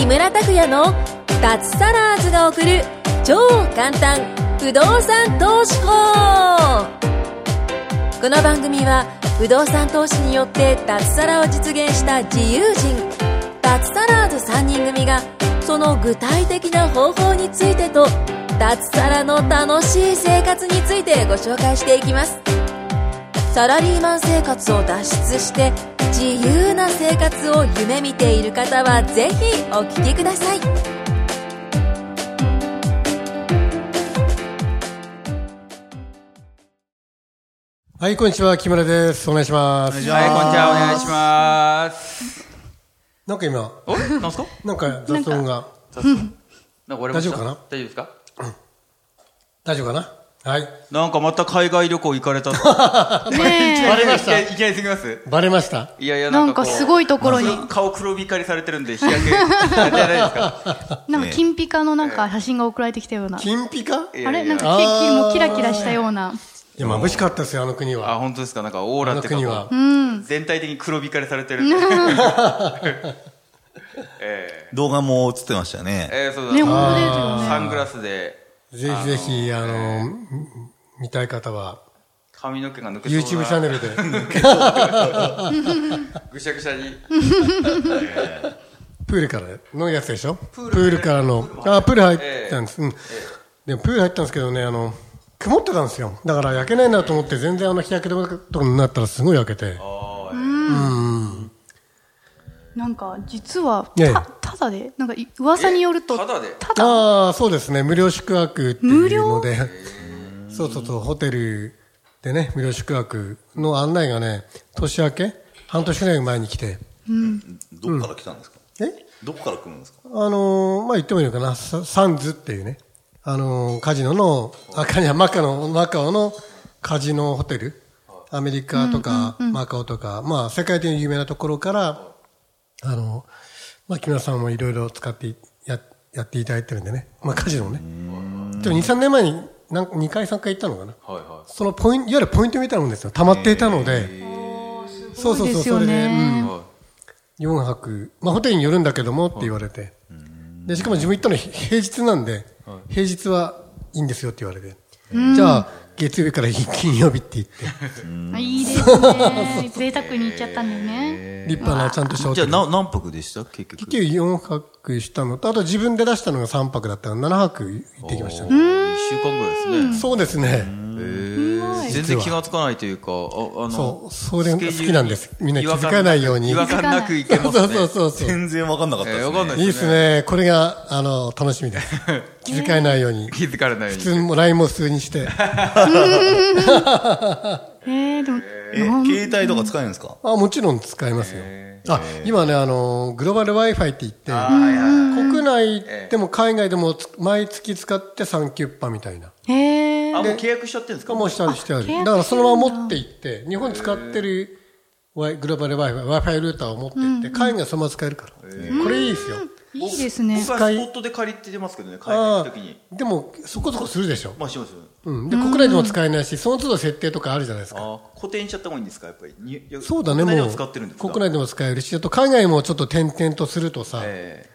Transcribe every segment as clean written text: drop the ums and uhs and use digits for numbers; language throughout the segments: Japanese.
村拓哉の脱サラーズが送る超簡単不動産投資法。この番組は不動産投資によって脱サラを実現した自由人脱サラーズ3人組がその具体的な方法についてと脱サラの楽しい生活についてご紹介していきます。サラリーマン生活を脱出して自由な生活を夢見ている方はぜひお聞きください。 はい、こんにちは、木村です。お願いします。 はい、こんにちは、お願いします。 なんか今、 なんすか？ なんか雑音が。大丈夫かな？ 大丈夫ですか？ 大丈夫かな？はい。 なんかまた海外旅行行かれたと。 ねバレました。 いきなりすぎます？ バレました。 いやいや、 なんかすごいところに。 顔黒光りされてるんで、日焼け、やってないですか？ なんか金ピカのなんか写真が送られてきたような。 金ピカ？ あれなんかもうキラキラしたような。 いや、眩しかったですよ、あの国は。 あ、本当ですか？なんかオーラっていうか、全体的に黒光りされてるんで。 動画も映ってましたね。 そうだ。 ね、本当ですよね。 サングラスで。 ぜひぜひ、見たい方は、 髪の毛が抜けそうな。 YouTube チャンネルで。 ぐしゃぐしゃに。 プールからのやつでしょ？プールからの、プール入ったんです。でもプール入ったんですけどね、曇ってたんですよ。だから焼けないなと思って全然日焼け止めとかになったらすごい焼けて。 なんか実はただでなんか噂によるとただで。 ああ、そうですね。無料宿泊っていうので、そうホテルでね、無料宿泊の案内がね、年明け半年ぐらい前に来て。 どっから来たんですか？どこから来るんですか？ まあ言ってもいいのかな、サンズっていうね。カジノの、マカオのカジノホテル、アメリカとか、マカオとか、まあ、世界的に有名なところから、木村さんもいろいろ使ってやっていただいてるんでね。まあ、カジノね。でも2、3年前に2回3回行ったのかな。そのいわゆるポイントみたいなもんですよ。溜まっていたので。そう、それで、4泊、まあ、ホテルによるんだけどもって言われて。で、しかも自分行ったの平日なんで、平日はいいんですよって言われて。じゃあ、月曜日から金曜日って言って。 いいですね。贅沢に行っちゃったんだよね。 立派なちゃんとしたホテル。 じゃあ何泊でした結局 4泊したのと、あと自分で出したのが3泊だったから7泊行ってきましたね。 1週間ぐらいですね。 そうですね。 全然気がつかないというか、 それ好きなんです。みんな気づかないように。 違和感なくいけますね。 そう。 全然わかんなかったですね。 いいですね。これが、楽しみです。気づかれないように。 気づかれないように。 普通も LINE も普通にして。 携帯とか使えるんですか？ もちろん使えますよ。今ね、グローバル Wi-Fi って言って、国内でも海外でも毎月使って3キュッパみたいな。 もう契約しちゃってるんですか？ もうしてある。だからそのまま持って行って、日本で使ってるグローバル Wi-Fi ルーターを持って行って、海外そのまま使えるから。これいいですよ。 いいですね。 僕はスポットで借りてますけどね、海外行くときに。 でも、そこそこするでしょ。 まあしますよ。 で、国内でも使えないし、その都度設定とかあるじゃないですか。 固定にしちゃった方がいいんですか、やっぱり。 そうだね、もう。国内でも使えるし、あと海外もちょっと点々とするとさ、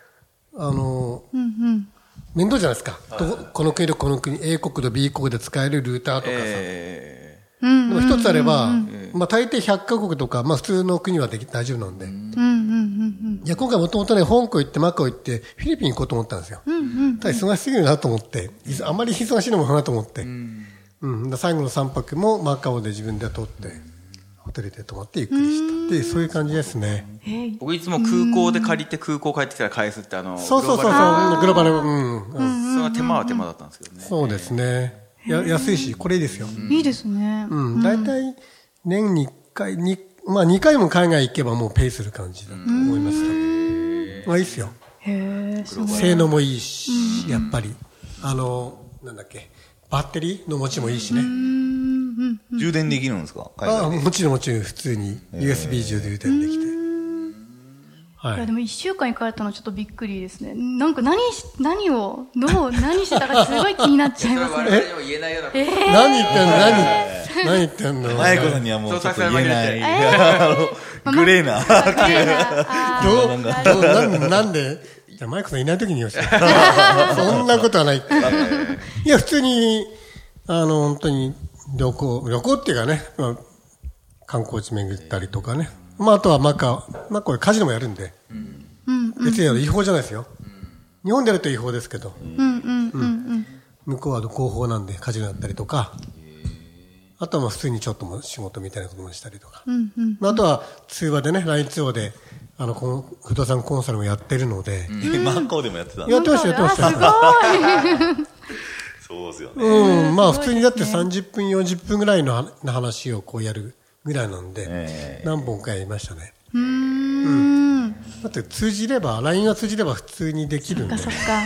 面倒じゃないですか。この国とこの国、A 国と B 国で使えるルーターとかさ。でも一つあれば、まあ大抵100カ国とか、まあ普通の国は大丈夫なんで。いや、今回もともとね、香港行って、マカオ行って、フィリピン行こうと思ったんですよ。ただ忙しすぎるなと思って、あまり忙しいのもなと思って。最後の3泊もマカオで自分で取って、ホテルで泊まってゆっくりしたっていう、そういう感じですね。 僕いつも空港で借りて空港帰ってきたら返すってそう、グローバル、 それは手間は手間だったんですけどね。 そうですね。安いし、これいいですよ。 いいですね。 だいたい年に1回、まあ2回も海外行けばもうペイする感じだと思いますけど。まあいいっすよ。性能もいいし、やっぱり。なんだっけ、バッテリーの持ちもいいしね。 充電できるんですか？ もちろん普通に USB 充電できて。 いやでも1週間行かれたのちょっとびっくりですね。なんか何してたかすごい気になっちゃいますね。 我々にも言えないようなこと。 何言ってんの何言ってんのマイコさんにはもうちょっと言えない。グレーな。 なんでじゃあマイコさんいないときに言おうし。そんなことはない。いや、普通に、本当に旅行っていうかね、観光地巡ったりとかね。あとはこれカジノもやるんで。別に違法じゃないですよ。日本でやると違法ですけど。向こうは合法なんでカジノやったりとか。あとは普通にちょっと仕事みたいなこともしたりとか。あとは通話でね、LINE 通話で、不動産コンサルもやってるので。 マンコでもやってたんやってました。 すごい。 そうですよね。 普通にだって30分、40分ぐらいの話をこうやるぐらいなんで、何本かやりましたね。だって通じれば、LINE が通じれば普通にできるんで。 そっか。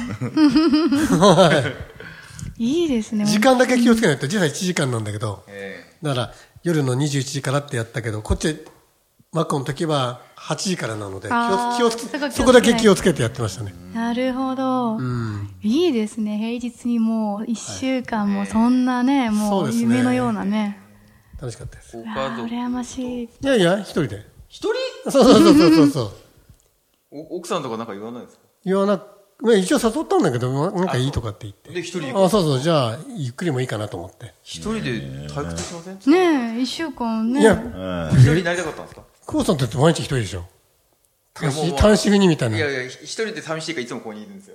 いいですね。 時間だけ気をつけないと、実は1時間なんだけど、だから夜の21時からってやったけど、こっちマコの時は8時からなので、そこだけ気をつけてやってましたね。 なるほど。いいですね。平日にもう1週間もそんなね、もう夢のようなね。 楽しかったです。 羨ましい。 いやいや、一人で。 一人？ そう。 奥さんとかなんか言わないですか？ 言わなく、一応誘ったんだけど、なんかいいとかって言って。 で、一人でそう、じゃあ、ゆっくりもいいかなと思って。 一人で退屈しません？ ねえ、1週間ね。 いや、 一人になりたかったんですか？ コウさんって毎日一人でしょ？単身にみたいな。 いや、一人で寂しいからいつもここにいるんですよ。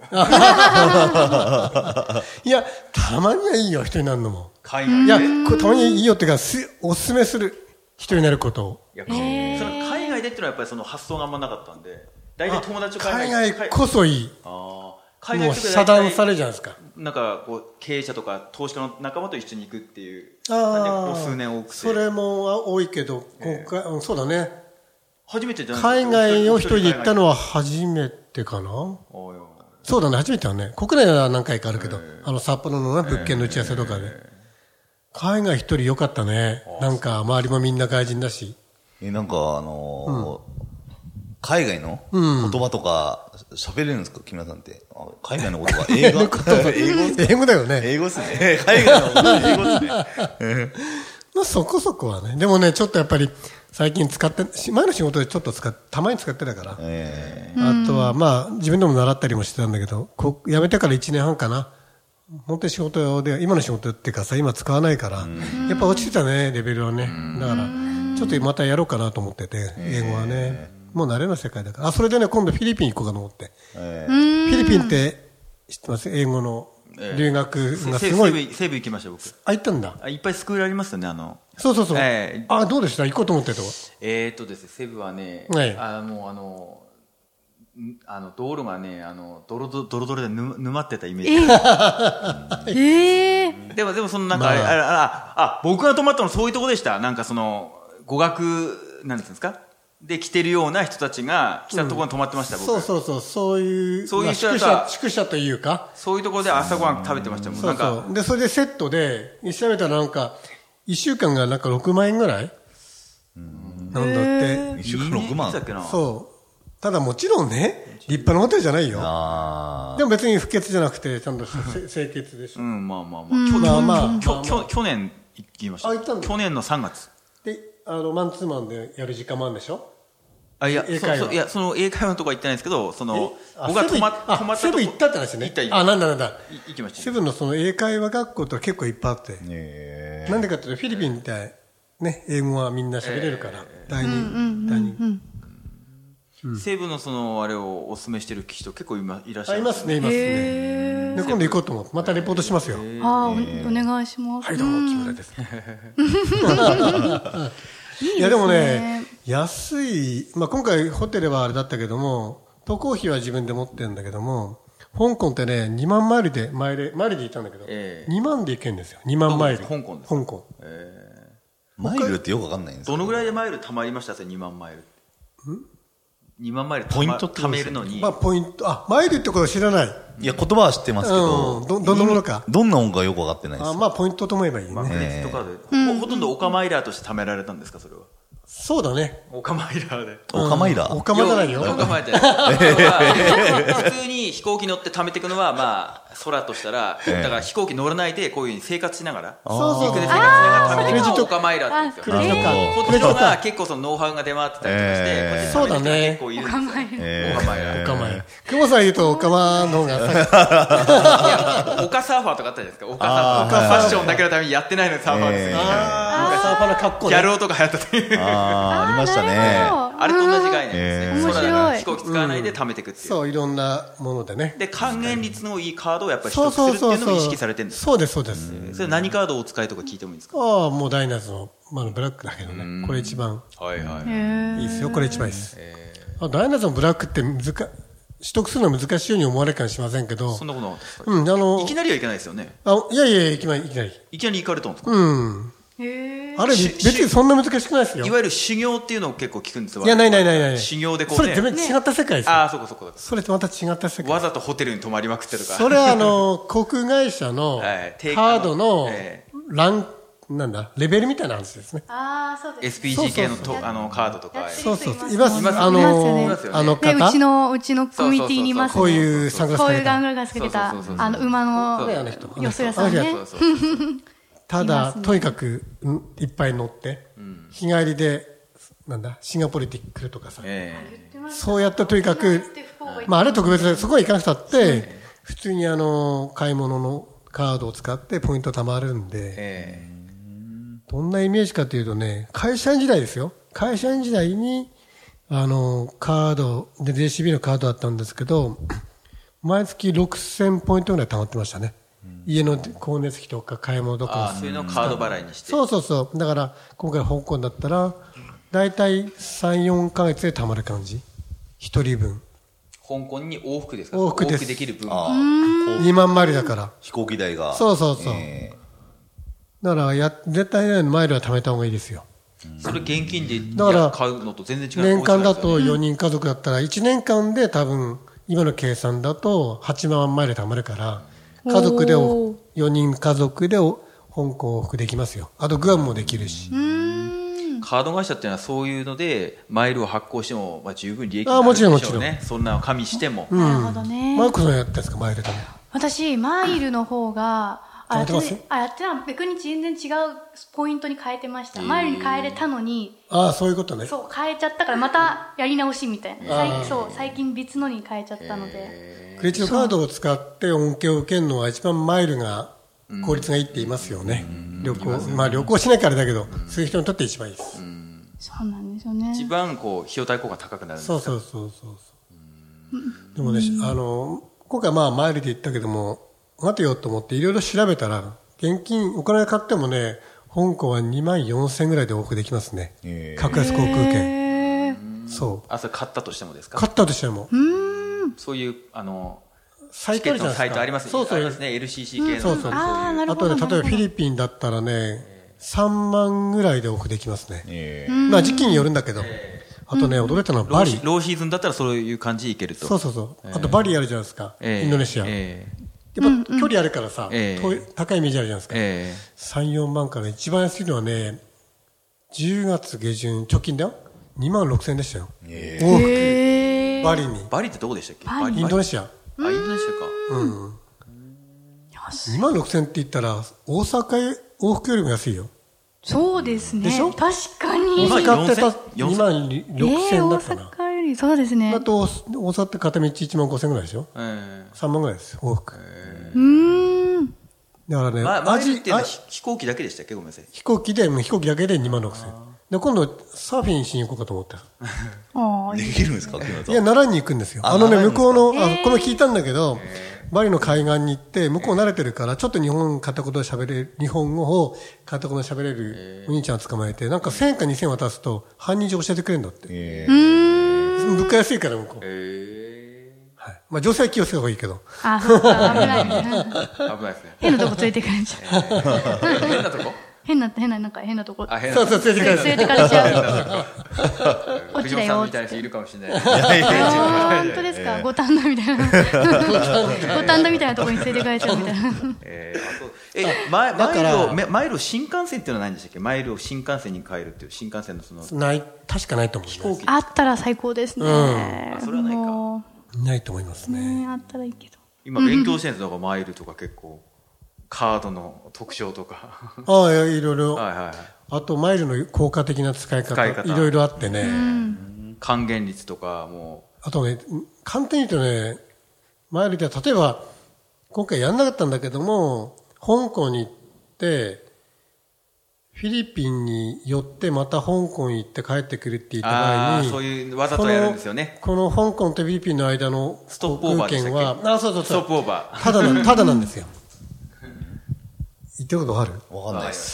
いや、たまにはいいよ、一人になるのも。 海外で。 いや、たまにいいよっていうか、おすすめする。一人になることを。 いや、その海外でっていうのはやっぱりその発想があんまなかったんで、大体友達と海外こそいい。 海外もう遮断されるじゃないですか。 なんかこう経営者とか投資家の仲間と一緒に行くっていう感じが数年多くて。 それも多いけど、今回、そうだね。 初めてじゃないですか。海外を一人で行ったのは初めてかな。そうだね、初めてはね。国内は何回かあるけど、札幌のね、物件の打ち合わせとかで。海外一人良かったね。なんか周りもみんな外人だし。 なんか海外の言葉とか喋れるんですか、木村さんって。海外の言葉、英語だよね。 英語っすね。海外の言葉、英語っすね。 そこそこはね。でもね、ちょっとやっぱり最近使って、前の仕事でちょっとたまに使ってたから。あとは自分でも習ったりもしてたんだけど、辞めてから1年半かな。本当に仕事で、今の仕事っていうかさ、今使わないから、やっぱ落ちてたね、レベルはね。だから、ちょっとまたやろうかなと思ってて、英語はね。もう慣れの世界だから。それでね、今度フィリピン行こうかと思って。フィリピンって知ってます？英語の留学がすごい。 西部行きました、僕。 行ったんだ。 いっぱいスクールありますよね、 そう。どうでした？行こうと思ってた。 ですね、西部はね、もう道路がね、ドロドロで沼ってたイメージ。でもそのなんか、僕が泊まったのそういうとこでした。なんかその、語学、なんですか？で来てるような人たちが来たところに泊まってました、僕。 そういう宿舎というか。 そういうところで朝ごはん食べてましたもん。 そう。で、それでセットで、調べたらなんか、1週間がなんか6万円ぐらいなんだって。 1週間6万？ そう。ただもちろんね、立派なホテルじゃないよ。でも別に不潔じゃなくて、ちゃんと清潔でしょ。 去年行きました。去年の3月。 で、マンツーマンでやる時間もあるんでしょ？ いや、その英会話のとこは行ってないんですけど、僕が泊まったとこ。 セブン行ったって話ね。なんだ。 行きました。 セブンのその英会話学校って結構いっぱいあって。なんでかっていうと、フィリピンみたい、ね、英語はみんな喋れるから、第二。 西部のあれをお勧めしてる人結構いらっしゃる。 いますね。で、今度行こうと思う。またレポートしますよ。 お願いします。 はい、どうも、木村です。いや、でもね、安い、今回ホテルはあれだったけども、渡航費は自分で持ってるんだけども、香港ってね、2万マイルでマイルで行ったんだけど、2万で行けるんですよ。2万マイル。 香港です。 香港。 マイルってよくわかんないんですどのぐらいでマイル貯まりました2万マイル。2万マイルポイント貯めるのに。 ポイント、マイルってことは知らない。 いや、言葉は知ってますけど、 どんなものか。 どんなものかよくわかってないです。 ポイントと思えばいいね。 マグネットカードで。ほとんどオカマイラーとして貯められたんですか、それは。 そうだね。 オカマイラーで。 オカマイラーオカマじゃないよ。 オカマイラー。普通に飛行機乗って貯めていくのは、まあ、空としたら、だから飛行機乗らないで、こういうふうに生活しながら、陸で生活しながら貯めていくのをオカマイラーって言うんですよ。こっちの方が結構そのノウハウが出回ってたりとかして、 そうだね。 結構いるんですよ。オカマイラー。 オカマイラー。久保さん言うとオカマの方が。いや、オカサーファーとかあったじゃないですか。オカサーファー。ファッションだけのためにやってないのにサーファーですよ。 サーファーの格好ギャル男流行ったという。 ありましたね。 あれと同じ概念ですね。 面白い。 飛行機使わないで貯めていくっていう。 そう、いろんなものでね。 で、還元率のいいカードをやっぱり取得するっていうのも意識されてるんですか？ そうです、そうです。 それ何カードをお使いとか聞いてもいいですか？ ああ、もうダイナーズの、まあ、ブラックだけどね。これ一番。 はいはい。 いいですよ、これ一番いいです。ダイナーズのブラックって取得するのは難しいように思われるかもしれませんけど。 そんなことなかったですか？いきなりはいけないですよね。 いやいや、いきなり。 いきなり行かれたんですか？ あれ、別にそんな難しくないですよ。 いわゆる修行っていうのを結構聞くんですよ。 いや、ない。 修行でこうね。 それ全然違った世界ですよ。 ああ、そこ。 それとまた違った世界。 わざとホテルに泊まりまくってるとか。 それは航空会社のカードのレベルみたいな話ですね。 ああ、そうです。 SPG 系のカードとか。 そう。います。 方。 うちのコミュニティにいますね。 こういうサングラスかけた。 こういうサングラスかけた、馬のよそやさんね。 ただ、とにかくいっぱい乗って、日帰りで、シンガポール行ってくるとかさ。そうやってとにかく、まああれ特別で、そこは行かなくたって、普通に買い物のカードを使ってポイント貯まるんで、どんなイメージかというとね、会社員時代ですよ。会社員時代に、カード、で、JCB のカードだったんですけど、毎月6000ポイントぐらい貯まってましたね。家の光熱費とか買い物とか。 そういうのをカード払いにして。 そう。だから、今回香港だったら、だいたい3、4ヶ月で貯まる感じ。一人分。 香港に往復ですか？ 往復です。 できる分。 2万マイルだから。 飛行機代が。 そう。だから、絶対ね、マイルは貯めた方がいいですよ。 それ現金で買うのと全然違う。 年間だと4人家族だったら、1年間で多分、今の計算だと8万マイル貯まるから、4人家族で香港往復できますよ。あとグアムもできるし。 カード会社っていうのはそういうので、マイルを発行しても、十分利益になるんでしょうね。もちろん。そんなの加味しても。 なるほどね。 マイクさんやったんですか、マイルでも。 私、マイルの方が、 やってない。 逆に全然違うポイントに変えてました。マイルに変えれたのに。 そういうことね。 そう、変えちゃったからまたやり直しみたいな。最近別のに変えちゃったので。 クレジットカードを使って恩恵を受けるのは一番マイルが効率がいいって言いますよね。旅行しないからだけど、そういう人にとって一番いいです。 そうなんですよね。 一番費用対効果が高くなるんですか？ そう。でもね、今回マイルで言ったけども、待てよと思っていろいろ調べたら、現金、お金買ってもね、香港は2万4000ぐらいで往復できますね。格安航空券。そう。 それ買ったとしてもですか？ 買ったとしても。 そういう、 サイトのサイトありますね。 そう。 ありますね。LCC 系の。 あとね、例えばフィリピンだったらね、3万ぐらいで往復できますね。時期によるんだけど。あとね、驚いたのはバリ。 ローシーズンだったらそういう感じでいけると。 そう。あとバリあるじゃないですか。インドネシア。やっぱ距離あるからさ、高いイメージあるじゃないですか。3、4万から一番安いのはね、10月下旬、直近だよ。2万6000円でしたよ。往復。バリに。 バリってどこでしたっけ？ インドネシア。 インドネシアか。 2万6000円って言ったら、大阪往復よりも安いよ。 そうですね。 でしょ？ 確かに。 大阪って2万6000円だったな。 大阪より、そうですね。 だと、大阪って片道1万5000円ぐらいでしょ？3万ぐらいですよ、往復。だからね、 マイルっていうのは飛行機だけでしたっけ？ごめんなさい。 飛行機だけで2万6000円。で、今度、サーフィンしに行こうかと思った。 できるんですか？いや、奈良に行くんですよ。向こうの、この聞いたんだけど、バリの海岸に行って、向こう慣れてるから、ちょっと日本語を片言で喋れるお兄ちゃんを捕まえて、なんか1000円か2000円渡すと、半日教えてくれるんだって。物価安いから、向こう。はい。女性は気をつけた方がいいけど。 そうか、危ないね。 危ないですね。 変なとこ連れてくれんじゃん。 変なとこ？ 変なとこ。 そうそう、連れてかれちゃう。こっちだよ。 みたいな人いるかもしれない。 本当ですか？五反田みたいな。五反田みたいなところに連れてかれちゃうみたいな。 マイルを新幹線っていうのはないんでしたっけ？マイルを新幹線に変えるっていう、新幹線の確かないと思う。飛行機あったら最高ですね。 それはないか。 ないと思いますね。 あったらいいけど。 今勉強してるんですよ、マイルとか結構。カードの特徴とか。 いろいろ。あと、マイルの効果的な使い方。いろいろあってね。 還元率とかも。 あとね、簡単に言うとね、マイルでは、例えば、今回やんなかったんだけども、香港に行って、フィリピンに寄ってまた香港に行って帰ってくるって言った場合に、 そういうわざとやるんですよね。 この香港とフィリピンの間のストップオーバーでしたっけ？ そう。 ストップオーバー。 ただなんですよ。言ってることある？ わかんないです。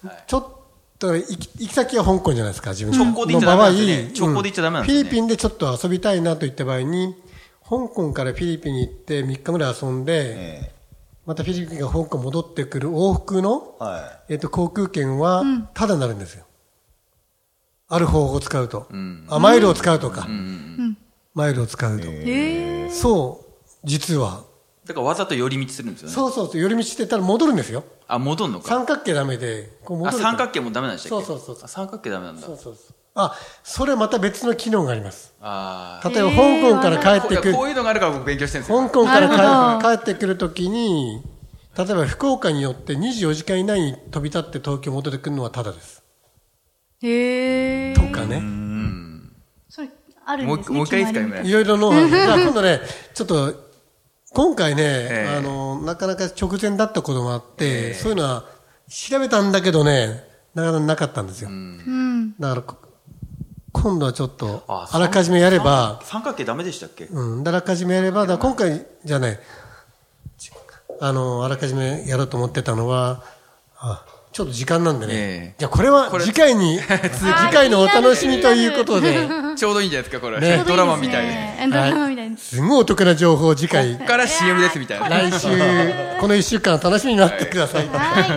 ちょっと行き先は香港じゃないですか、自分直行で行っちゃダメなんですね。直行で行っちゃダメなんですね。 フィリピンでちょっと遊びたいなと言った場合に、香港からフィリピンに行って3日ぐらい遊んで、またフィリピンが香港戻ってくる往復の、航空券はタダになるんですよ。ある方法を使うと。マイルを使うとか。マイルを使うと。そう、実は。 だからわざと寄り道するんですよね。 そう、寄り道してたら戻るんですよ。 戻るのか。 三角形ダメで、 三角形もダメなんでしたっけ？ そう。 三角形ダメなんだ。 そう。それまた別の機能があります。例えば、香港から帰ってくる。 こういうのがあるから僕勉強してるんですよ。 香港から帰ってくるときに、例えば福岡によって24時間以内に飛び立って東京戻ってくるのはタダです。とかね。 それ、あるんですね。 もう一回いいですか？ いろいろの、今度ね、ちょっと、今回ね、なかなか直前だったこともあって、そういうのは調べたんだけどね、なかなかなかったんですよ。だから、今度はちょっと、あらかじめやれば。 三角形ダメでしたっけ？ あらかじめやれば、今回じゃね、あらかじめやろうと思ってたのは、ちょっと時間なんでね。じゃあこれは次回のお楽しみということで。 ちょうどいいんじゃないですか、これ。ドラマみたいに。すごいお得な情報を次回。 こっから CM ですみたいな。 来週、この1週間楽しみになってください。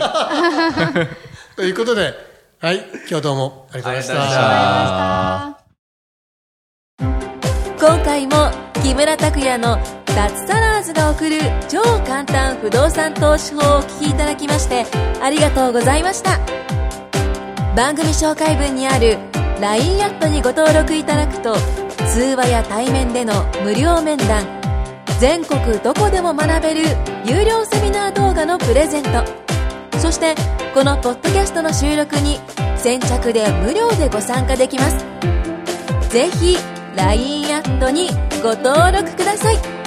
ということで、今日はどうもありがとうございました。今回も木村拓哉の脱サラーズが送る超簡単不動産投資法をお聞きいただきましてありがとうございました。番組紹介文にある LINE アットにご登録いただくと通話や対面での無料面談、全国どこでも学べる有料セミナー動画のプレゼント、そしてこのポッドキャストの収録に先着で無料でご参加できます。ぜひ LINE アットにご登録ください。